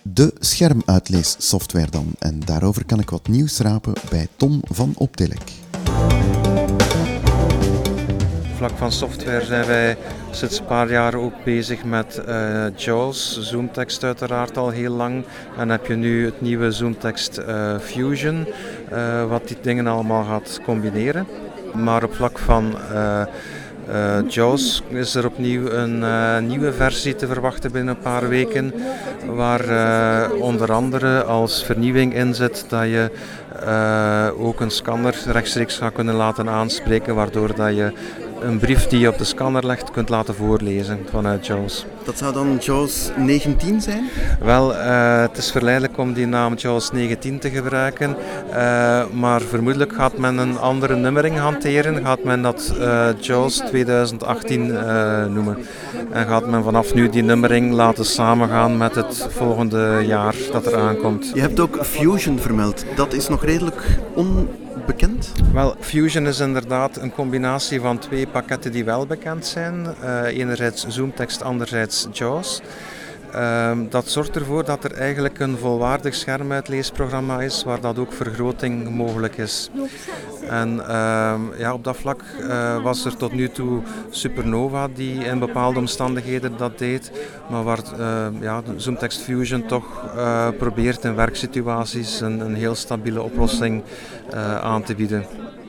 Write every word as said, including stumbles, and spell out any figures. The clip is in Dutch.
De schermuitleessoftware dan. En daarover kan ik wat nieuws rapen bij Tom van Optelec. Op vlak van software zijn wij sinds een paar jaar ook bezig met uh, JAWS, ZoomText uiteraard al heel lang. En heb je nu het nieuwe ZoomText uh, Fusion, uh, wat die dingen allemaal gaat combineren. Maar op vlak van uh, uh, JAWS is er opnieuw een uh, nieuwe versie te verwachten binnen een paar weken, waar uh, onder andere als vernieuwing in zit dat je uh, ook een scanner rechtstreeks gaat kunnen laten aanspreken, waardoor dat je een brief die je op de scanner legt kunt laten voorlezen vanuit JAWS. Dat zou dan JAWS negentien zijn? Wel, uh, het is verleidelijk om die naam JAWS negentien te gebruiken, uh, maar vermoedelijk gaat men een andere nummering hanteren, gaat men dat uh, JAWS twintig achttien uh, noemen. En gaat men vanaf nu die nummering laten samengaan met het volgende jaar dat er aankomt. Je hebt ook Fusion vermeld, dat is nog redelijk onbekend? Wel, Fusion is inderdaad een combinatie van twee pakketten die wel bekend zijn. Uh, enerzijds ZoomText, anderzijds JAWS. Uh, dat zorgt ervoor dat er eigenlijk een volwaardig schermuitleesprogramma is waar dat ook vergroting mogelijk is. En uh, ja, op dat vlak uh, was er tot nu toe Supernova die in bepaalde omstandigheden dat deed, maar waar uh, ja, ZoomText Fusion toch uh, probeert in werksituaties een, een heel stabiele oplossing uh, aan te bieden.